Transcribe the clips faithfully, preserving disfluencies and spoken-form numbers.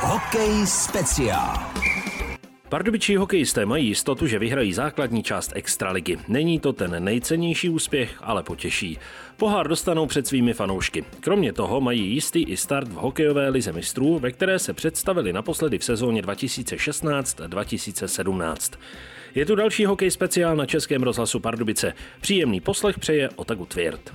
Hokej speciál. Pardubičtí hokejisté mají jistotu, že vyhrají základní část extraligy. Není to ten nejcennější úspěch, ale potěší. Pohár dostanou před svými fanoušky. Kromě toho mají jistý i start v hokejové lize mistrů, ve které se představili naposledy v sezóně dva tisíce šestnáct dva tisíce sedmnáct. Je tu další hokej speciál na Českém rozhlasu Pardubice. Příjemný poslech přeje Otaku Tvěrt.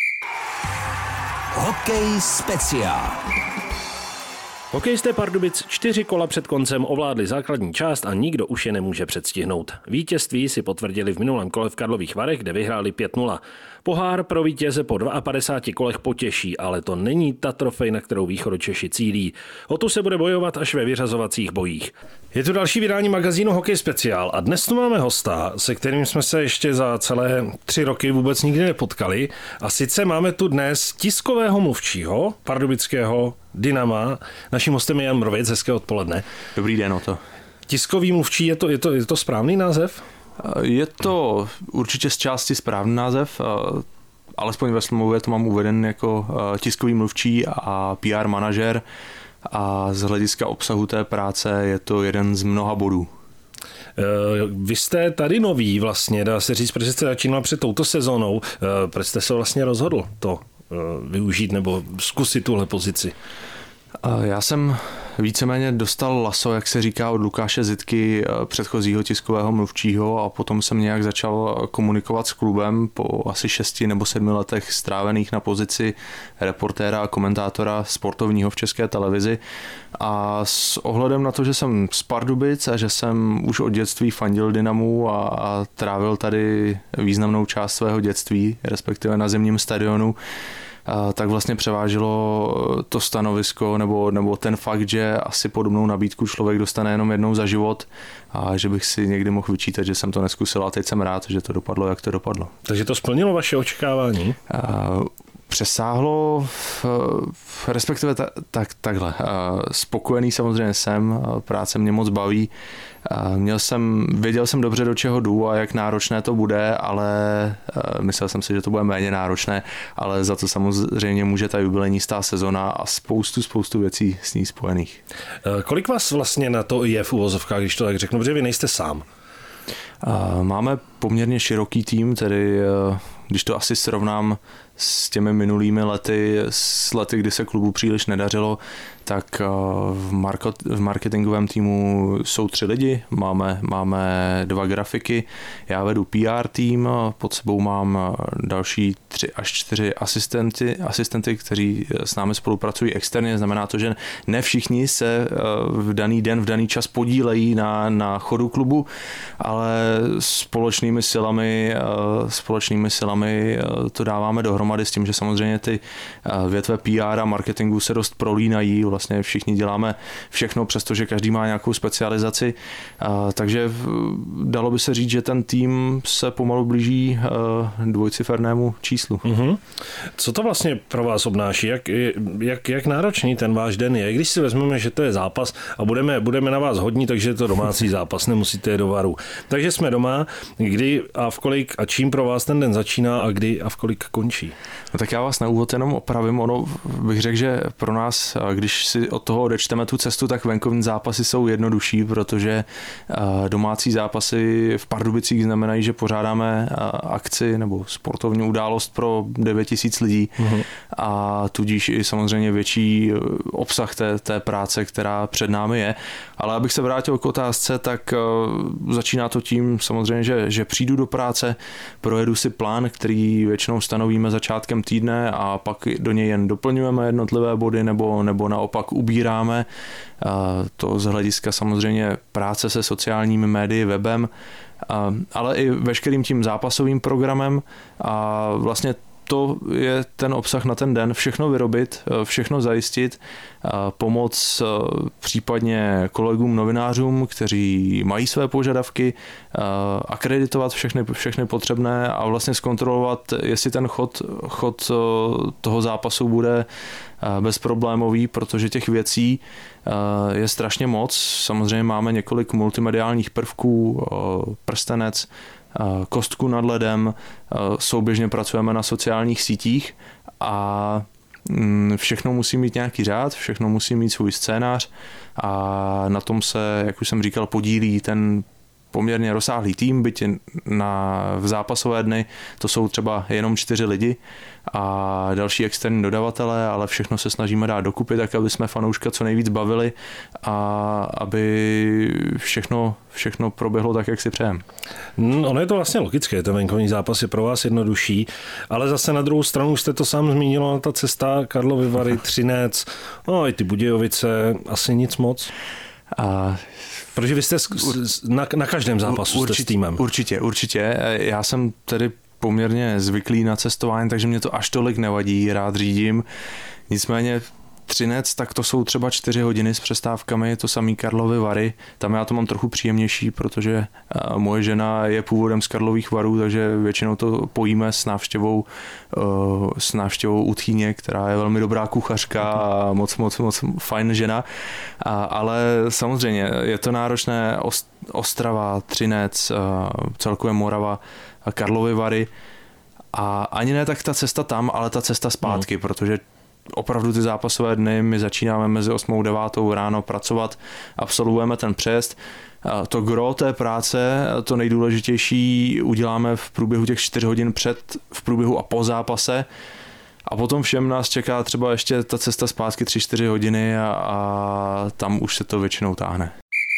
Hokej speciál. Hokejisté Pardubic čtyři kola před koncem ovládli základní část a nikdo už je nemůže předstihnout. Vítězství si potvrdili v minulém kole v Karlových Varech, kde vyhráli pět nula. Pohár pro vítěze po padesátidvou kolech potěší, ale to není ta trofej, na kterou Východočeši cílí. O tu se bude bojovat až ve vyřazovacích bojích. Je tu další vydání magazínu Hokej speciál a dnes tu máme hosta, se kterým jsme se ještě za celé tři roky vůbec nikdy nepotkali. A sice máme tu dnes tiskového mluvčího pardubického Dynama. Naším hostem je Jan Mrověc, hezké odpoledne. Dobrý den, o to. Tiskový mluvčí, je to, je to, je to správný název? Je to určitě z části správný název, alespoň ve smlouvě to mám uveden jako tiskový mluvčí a P R manažer a z hlediska obsahu té práce je to jeden z mnoha bodů. Vy jste tady nový vlastně, dá se říct, protože jste začínal před touto sezónou. Proč jste se vlastně rozhodl to využít nebo zkusit tuhle pozici? Já jsem víceméně dostal laso, jak se říká, od Lukáše Zitky, předchozího tiskového mluvčího, a potom jsem nějak začal komunikovat s klubem po asi šesti nebo sedmi letech strávených na pozici reportéra a komentátora sportovního v České televizi. A s ohledem na to, že jsem z Pardubic a že jsem už od dětství fandil Dynamu a, a trávil tady významnou část svého dětství, respektive na zimním stadionu, tak vlastně převážilo to stanovisko nebo, nebo ten fakt, že asi podobnou nabídku člověk dostane jenom jednou za život a že bych si někdy mohl vyčítat, že jsem to neskusil, a teď jsem rád, že to dopadlo, jak to dopadlo. Takže to splnilo vaše očekávání? Přesáhlo, respektive ta, tak, takhle. Spokojený samozřejmě jsem, práce mě moc baví. Měl jsem, věděl jsem dobře, do čeho jdu a jak náročné to bude, ale myslel jsem si, že to bude méně náročné, ale za to samozřejmě může ta jubilejní stá sezona a spoustu, spoustu věcí s ní spojených. Kolik vás vlastně na to je v uvozovkách, když to tak řeknu, protože vy nejste sám? Máme poměrně široký tým, tedy když to asi srovnám s těmi minulými lety, s lety, kdy se klubu příliš nedařilo, tak v, market, v marketingovém týmu jsou tři lidi, máme, máme dva grafiky, já vedu P R tým, pod sebou mám další tři až čtyři asistenty, asistenty, kteří s námi spolupracují externě, znamená to, že ne všichni se v daný den, v daný čas podílejí na, na chodu klubu, ale společnými silami, společnými silami to dáváme dohromady s tím, že samozřejmě ty větve P R a marketingu se dost prolínají, vlastně všichni děláme všechno, přestože každý má nějakou specializaci, takže dalo by se říct, že ten tým se pomalu blíží dvojcifernému číslu. Mm-hmm. Co to vlastně pro vás obnáší? Jak, jak, jak náročný ten váš den je? Když si vezmeme, že to je zápas a budeme, budeme na vás hodní, takže je to domácí zápas, nemusíte jít do varu. Takže jsme doma, kdy a v kolik a čím pro vás ten den začíná a kdy a v kolik končí? No tak já vás na úvod jenom opravím, ono bych řekl, že pro nás, když si od toho odečteme tu cestu, tak venkovní zápasy jsou jednodušší, protože domácí zápasy v Pardubicích znamenají, že pořádáme akci nebo sportovní událost pro devět tisíc lidí uhum. a tudíž i samozřejmě větší obsah té, té práce, která před námi je. Ale abych se vrátil k otázce, tak začíná to tím samozřejmě, že, že přijdu do práce, projedu si plán, který většinou stanovíme začátkem týdne a pak do něj jen doplňujeme jednotlivé body nebo, nebo naopak ubíráme. To z hlediska samozřejmě práce se sociálními médii, webem, ale i veškerým tím zápasovým programem a vlastně to je ten obsah na ten den, všechno vyrobit, všechno zajistit, pomoc případně kolegům novinářům, kteří mají své požadavky, akreditovat všechny, všechny potřebné a vlastně zkontrolovat, jestli ten chod, chod toho zápasu bude bezproblémový, protože těch věcí je strašně moc. Samozřejmě máme několik multimediálních prvků, prstenec, kostku nad ledem, souběžně pracujeme na sociálních sítích a všechno musí mít nějaký řád, všechno musí mít svůj scénář a na tom se, jak už jsem říkal, podílí ten poměrně rozsáhlý tým, byť na, v zápasové dny to jsou třeba jenom čtyři lidi a další externí dodavatelé, ale všechno se snažíme dát dokupy, tak aby jsme fanouška co nejvíc bavili a aby všechno, všechno proběhlo tak, jak si přejeme. No, ono je to vlastně logické, ten venkovní zápas je pro vás jednodušší, ale zase na druhou stranu jste to sám zmínil, ta cesta Karlovy Vary, Třinec, no i ty Budějovice, asi nic moc. A protože vy jste na, na každém zápasu určitě, jste s týmem. Určitě, určitě. Já jsem tedy poměrně zvyklý na cestování, takže mě to až tolik nevadí, rád řídím. Nicméně Třinec, tak to jsou třeba čtyři hodiny s přestávkami, to samý Karlovy Vary. Tam já to mám trochu příjemnější, protože moje žena je původem z Karlových Varů, takže většinou to pojíme s návštěvou, s návštěvou u tchýně, která je velmi dobrá kuchařka a moc, moc, moc fajn žena. A, ale samozřejmě je to náročné, Ostrava, Třinec, celkově Morava, Karlovy Vary a ani ne tak ta cesta tam, ale ta cesta zpátky, hmm. protože opravdu ty zápasové dny, my začínáme mezi osmou a devátou ráno pracovat, absolvujeme ten přejezd. To gro té práce, to nejdůležitější uděláme v průběhu těch čtyř hodin před, v průběhu a po zápase. A potom všem nás čeká třeba ještě ta cesta zpátky tři čtyři hodiny a, a tam už se to většinou táhne.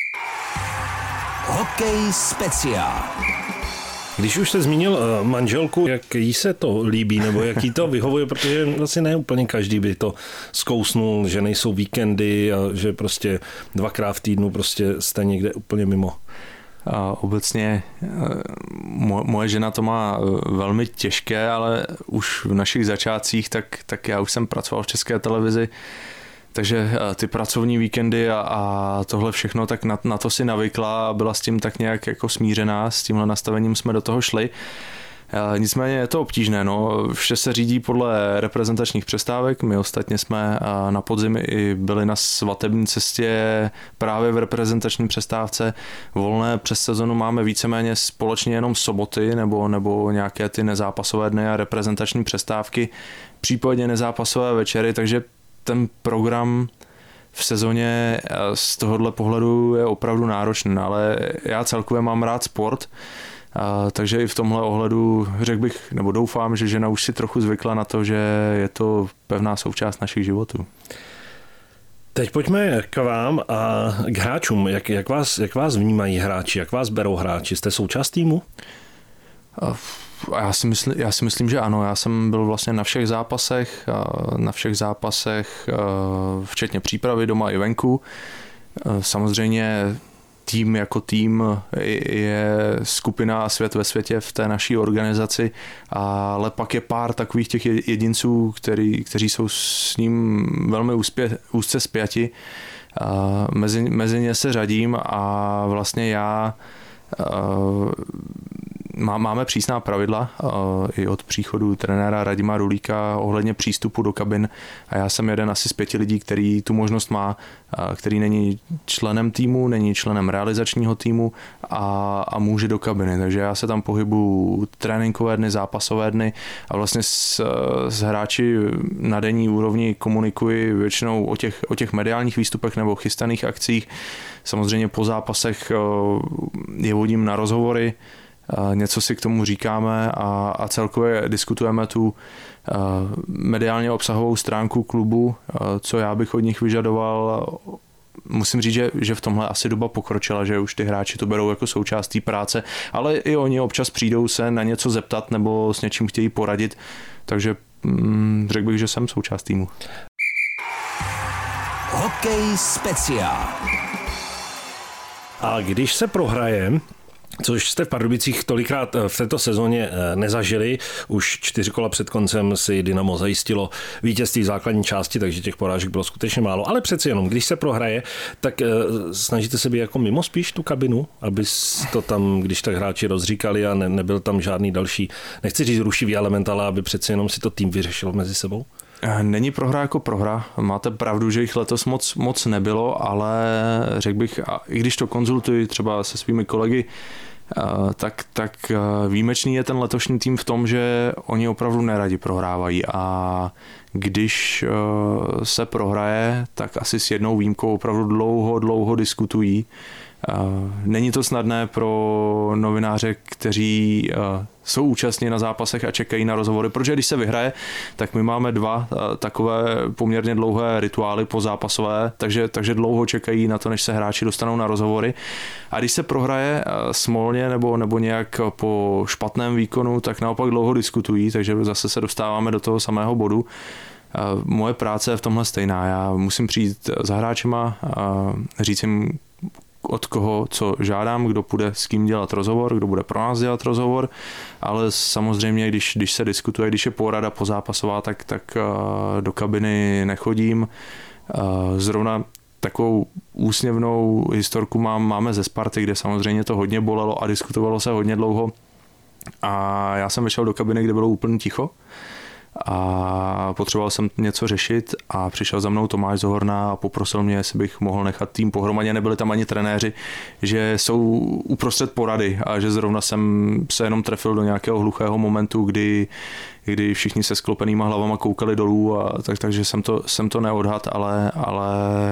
Hokej speciál. Když už jste zmínil manželku, jak jí se to líbí, nebo jak jí to vyhovuje, protože asi ne úplně každý by to zkousnul, že nejsou víkendy a že prostě dvakrát v týdnu prostě jste někde úplně mimo. A obecně moje žena to má velmi těžké, ale už v našich začátcích, tak, tak já už jsem pracoval v České televizi, takže ty pracovní víkendy a, a tohle všechno, tak na, na to si navykla a byla s tím tak nějak jako smířená, s tímhle nastavením jsme do toho šli. Nicméně je to obtížné, no. Vše se řídí podle reprezentačních přestávek, my ostatně jsme na podzim i byli na svatební cestě právě v reprezentační přestávce. Volné přes sezonu máme víceméně společně jenom soboty nebo, nebo nějaké ty nezápasové dny a reprezentační přestávky, případně nezápasové večery, takže ten program v sezóně z tohohle pohledu je opravdu náročný, ale já celkově mám rád sport, a, takže i v tomhle ohledu řekl bych, nebo doufám, že žena už si trochu zvykla na to, že je to pevná součást našich životů. Teď pojďme k vám a k hráčům. Jak, jak, vás, jak vás vnímají hráči, jak vás berou hráči? Jste součást týmu? A já si, myslím, já si myslím, že ano. Já jsem byl vlastně na všech zápasech, na všech zápasech, včetně přípravy doma i venku. Samozřejmě tým jako tým je skupina a svět ve světě v té naší organizaci, ale pak je pár takových těch jedinců, který, kteří jsou s ním velmi úspě, úzce spjati. Mezi, mezi ně se řadím a vlastně já máme přísná pravidla i od příchodu trenéra Radima Rulíka ohledně přístupu do kabin a já jsem jeden asi z pěti lidí, který tu možnost má, který není členem týmu, není členem realizačního týmu a, a může do kabiny, takže já se tam pohybuju tréninkové dny, zápasové dny a vlastně s, s hráči na denní úrovni komunikuji většinou o těch, o těch mediálních výstupech nebo chystaných akcích. Samozřejmě po zápasech je vodím na rozhovory, něco si k tomu říkáme a, a celkově diskutujeme tu mediálně obsahovou stránku klubu, co já bych od nich vyžadoval. Musím říct, že, že v tomhle asi doba pokročila, že už ty hráči to berou jako součást té práce, ale i oni občas přijdou se na něco zeptat nebo s něčím chtějí poradit, takže hm, řekl bych, že jsem součást týmu. Hokej speciál. A když se prohraje, což jste v Pardubicích tolikrát v této sezóně nezažili, už čtyři kola před koncem si Dynamo zajistilo vítězství v základní části, takže těch porážek bylo skutečně málo, ale přeci jenom, když se prohraje, tak snažíte se být jako mimo spíš tu kabinu, aby to tam, když tak hráči rozříkali a ne, nebyl tam žádný další, nechci říct rušivý element, ale aby přeci jenom si to tým vyřešil mezi sebou? Není prohra jako prohra. Máte pravdu, že jich letos moc, moc nebylo, ale řekl bych, a i když to konzultuji třeba se svými kolegy tak, tak výjimečný je ten letošní tým v tom, že oni opravdu neradi prohrávají a když se prohraje, tak asi s jednou výjimkou opravdu dlouho, dlouho diskutují. Není to snadné pro novináře, kteří jsou účastní na zápasech a čekají na rozhovory, protože když se vyhraje, tak my máme dva takové poměrně dlouhé rituály pozápasové, takže, takže dlouho čekají na to, než se hráči dostanou na rozhovory. A když se prohraje smolně nebo, nebo nějak po špatném výkonu, tak naopak dlouho diskutují, takže zase se dostáváme do toho samého bodu. Moje práce je v tomhle stejná. Já musím přijít za hráčema a říct jim, od koho, co žádám, kdo půjde s kým dělat rozhovor, kdo bude pro nás dělat rozhovor, ale samozřejmě, když, když se diskutuje, když je porada pozápasová, tak, tak do kabiny nechodím. Zrovna takovou úsměvnou historku mám, máme ze Sparty, kde samozřejmě to hodně bolelo a diskutovalo se hodně dlouho. A já jsem vešel do kabiny, kde bylo úplně ticho a potřeboval jsem něco řešit a přišel za mnou Tomáš Zohorna a poprosil mě, jestli bych mohl nechat tým pohromadě, nebyli tam ani trenéři, že jsou uprostřed porady a že zrovna jsem se jenom trefil do nějakého hluchého momentu, kdy, kdy všichni se sklopenýma hlavama koukali dolů, a tak, takže jsem to, jsem to neodhad, ale, ale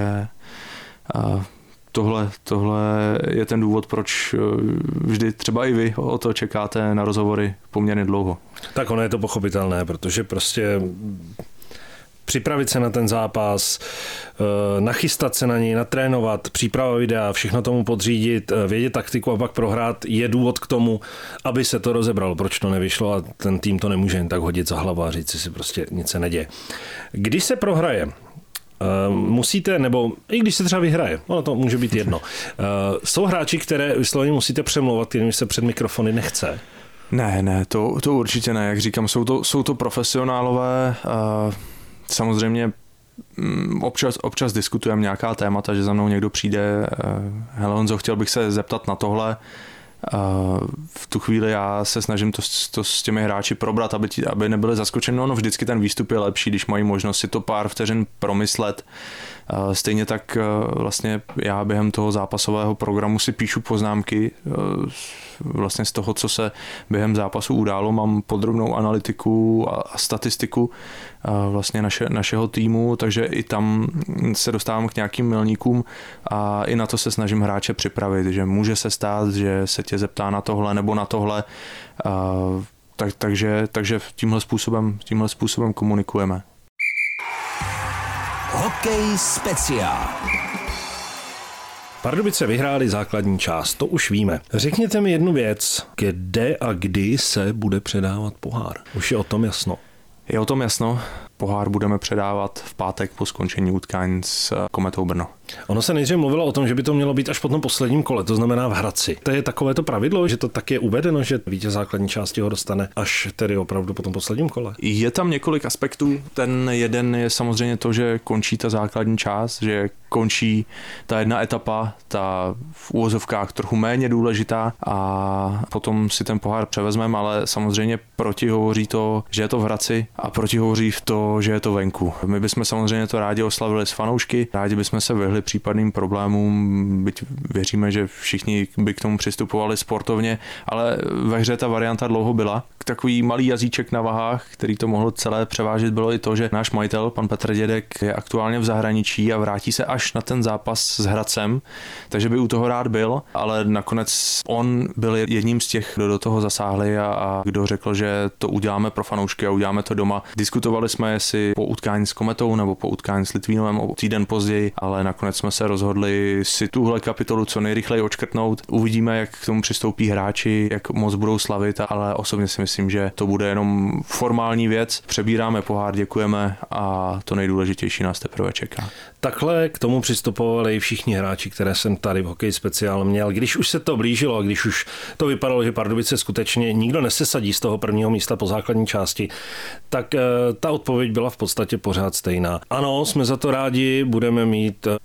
a tohle, tohle je ten důvod, proč vždy třeba i vy o to čekáte na rozhovory poměrně dlouho. Tak ono je to pochopitelné, protože prostě připravit se na ten zápas, nachystat se na něj, natrénovat, příprava videa, všechno tomu podřídit, vědět taktiku a pak prohrát je důvod k tomu, aby se to rozebralo, proč to nevyšlo a ten tým to nemůže jen tak hodit za hlavu a říct si prostě nic se neděje. Když se prohraje, musíte, nebo i když se třeba vyhraje, ono to může být jedno. Jsou hráči, které vysloveně musíte přemlouvat, kterým se před mikrofony nechce? Ne, ne, to, to určitě ne, jak říkám, jsou to, jsou to profesionálové, samozřejmě občas, občas diskutujeme nějaká témata, že za mnou někdo přijde, hele Honzo, chtěl bych se zeptat na tohle. V tu chvíli já se snažím to, to s těmi hráči probrat, aby, ti, aby nebyli zaskočeni. No, no vždycky ten výstup je lepší, když mají možnost si to pár vteřin promyslet. Stejně tak vlastně já během toho zápasového programu si píšu poznámky vlastně z toho, co se během zápasu událo. Mám podrobnou analytiku a statistiku vlastně naše, našeho týmu, takže i tam se dostávám k nějakým milníkům a i na to se snažím hráče připravit, že může se stát, že se tě zeptá na tohle nebo na tohle, tak, takže, takže tímhle způsobem, tímhle způsobem komunikujeme. Hokej speciál. Pardubice vyhráli základní část, to už víme. Řekněte mi jednu věc, kde a kdy se bude předávat pohár? Už je o tom jasno. Je o tom jasno. Pohár budeme předávat v pátek po skončení utkání s Kometou Brno. Ono se nejdřív mluvilo o tom, že by to mělo být až po tom posledním kole, to znamená v Hradci. To je takovéto pravidlo, že to tak je uvedeno, že vítěz základní části ho dostane až tedy opravdu po tom posledním kole? Je tam několik aspektů. Ten jeden je samozřejmě to, že končí ta základní část, že končí ta jedna etapa, ta v úvozovkách trochu méně důležitá a potom si ten pohár převezmeme, ale samozřejmě protihovoří to, že je to v Hradci a protihovoří v to, že je to venku. My bychom samozřejmě to rádi oslavili s fanoušky, rádi bychom se vyhli případným problémům, byť věříme, že všichni by k tomu přistupovali sportovně, ale ve hře ta varianta dlouho byla. Takový malý jazyček na vahách, který to mohl celé převážit, bylo i to, že náš majitel, pan Petr Dědek, je aktuálně v zahraničí a vrátí se až na ten zápas s Hradcem, takže by u toho rád byl, ale nakonec on byl jedním z těch, kdo do toho zasáhli a, a kdo řekl, že to uděláme pro fanoušky a uděláme to doma. Diskutovali jsme, jestli po utkání s Kometou nebo po utkání s Litvínovem o týden později, ale nakonec jsme se rozhodli si tuhle kapitolu co nejrychleji odškrtnout. Uvidíme, jak k tomu přistoupí hráči, jak moc budou slavit, ale osobně si myslím, že to bude jenom formální věc. Přebíráme pohár, děkujeme a to nejdůležitější nás teprve čeká. Takhle k tomu přistupovali všichni hráči, které jsem tady v Hokej speciál měl. Když už se to blížilo, když už to vypadalo, že Pardubice skutečně nikdo nesesadí z toho prvního místa po základní části, tak ta odpověď byla v podstatě pořád stejná. Ano, jsme za to rádi, budeme mít pohár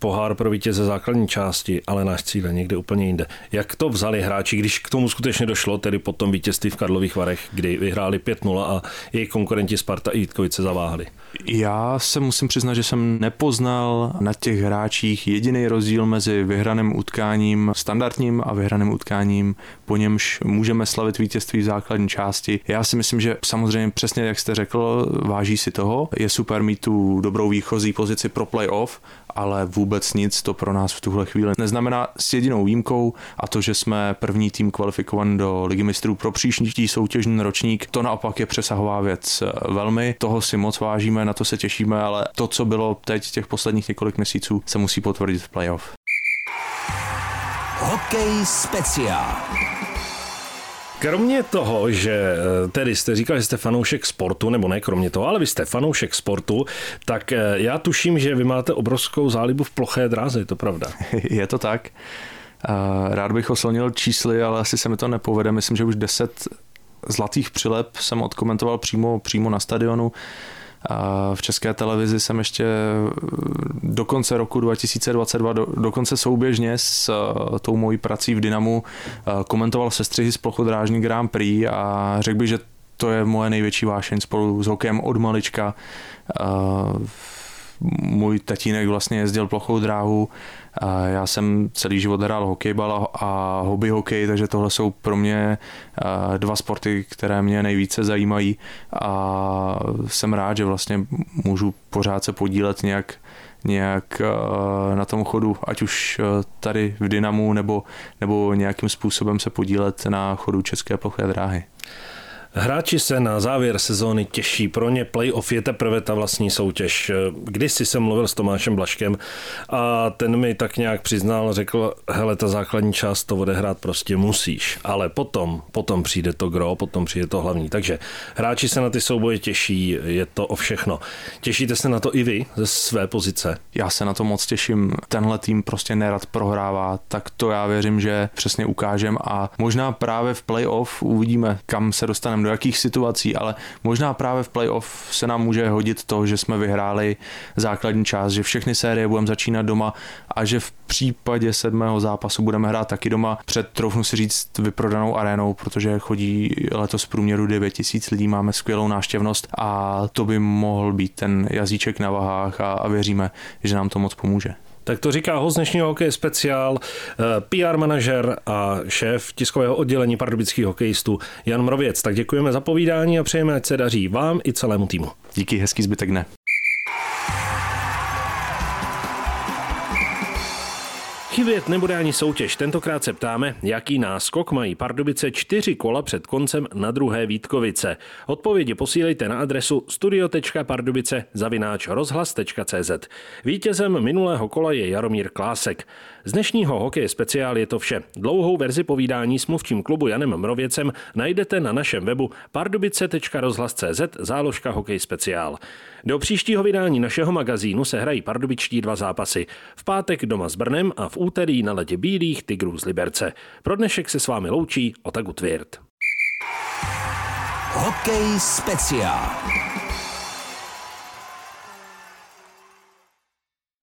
pohár pro vítěze základní části, ale náš cíl je někde úplně jinde. Jak to vzali hráči, když k tomu skutečně došlo, tedy po tom vítězství v Karlových Varech, kdy vyhráli pět nula a jejich konkurenti Sparta i Vítkovice zaváhali? Já se musím přiznat, že jsem nepoznal na těch hráčích jediný rozdíl mezi vyhraným utkáním standardním a vyhraným utkáním, po němž můžeme slavit vítězství v základní části. Já si myslím, že samozřejmě přesně jak jste řekl, váží si toho. Je super mít tu dobrou výchozí pozici pro playoff, ale vůbec nic to pro nás v tuhle chvíli neznamená, s jedinou výjimkou, a to, že jsme první tým kvalifikovaný do Ligy mistrů pro příští soutěžní ročník. To naopak je přesahová věc velmi. Toho si moc vážíme, na to se těšíme, ale to, co bylo teď těch posledních několik měsíců, se musí potvrdit v playoff. Hokej speciál. Kromě toho, že tedy jste říkal, že jste fanoušek sportu, nebo ne kromě toho, ale vy jste fanoušek sportu, tak já tuším, že vy máte obrovskou zálibu v ploché dráze, je to pravda? Je to tak. Rád bych oslnil čísly, ale asi se mi to nepovede. Myslím, že už deset zlatých přilep jsem odkomentoval přímo, přímo na stadionu. V České televizi jsem ještě do konce roku dva tisíce dvacet dva, do, dokonce souběžně s tou mojí prací v Dynamu komentoval sestřihy z plochodrážní Grand Prix a řekl bych, že to je moje největší vášeň spolu s hokejem od malička. Můj tatínek vlastně jezdil plochou dráhu, já jsem celý život hrál hokejbal a hobby hokej, takže tohle jsou pro mě dva sporty, které mě nejvíce zajímají a jsem rád, že vlastně můžu pořád se podílet nějak, nějak na tom chodu, ať už tady v Dynamu nebo, nebo nějakým způsobem se podílet na chodu České ploché dráhy. Hráči se na závěr sezóny těší, pro ně playoff je teprve ta vlastní soutěž. Kdysi jsem mluvil s Tomášem Blažkem a ten mi tak nějak přiznal, řekl, hele, ta základní část to odehrát prostě musíš, ale potom, potom přijde to gro, potom přijde to hlavní. Takže hráči se na ty souboje těší, je to o všechno. Těšíte se na to i vy ze své pozice? Já se na to moc těším. Tenhle tým prostě nerad prohrává, tak to já věřím, že přesně ukážem a možná právě v playoff uvidíme, kam se dostaneme, do jakých situací, ale možná právě v playoff se nám může hodit to, že jsme vyhráli základní část, že všechny série budeme začínat doma a že v případě sedmého zápasu budeme hrát taky doma před, troufnu si říct, vyprodanou arénou, protože chodí letos v průměru devět tisíc lidí, máme skvělou návštěvnost a to by mohl být ten jazyček na vahách a, a věříme, že nám to moc pomůže. Tak to říká host dnešního Hokej speciál, P R manažer a šéf tiskového oddělení pardubických hokejistů Jan Mrověc. Tak děkujeme za povídání a přejeme, ať se daří vám i celému týmu. Díky, hezký zbytek dne. Chybět nebude ani soutěž. Tentokrát se ptáme, jaký náskok mají Pardubice čtyři kola před koncem na druhé Vítkovice. Odpovědi posílejte na adresu studio tečka pardubice zavináč rozhlas tečka cé zet. Vítězem minulého kola je Jaromír Klásek. Z dnešního Hokej speciál je to vše. Dlouhou verzi povídání s mluvčím klubu Janem Mrověcem najdete na našem webu pardubice tečka rozhlas tečka cé zet záložka Hokej speciál. Do příštího vydání našeho magazínu se hrají pardubičtí dva zápasy. V pátek doma s Brnem a v úterý na ledě Bílých Tigrů z Liberce. Pro dnešek se s vámi loučí Ota Gutwirth. Hokej speciál.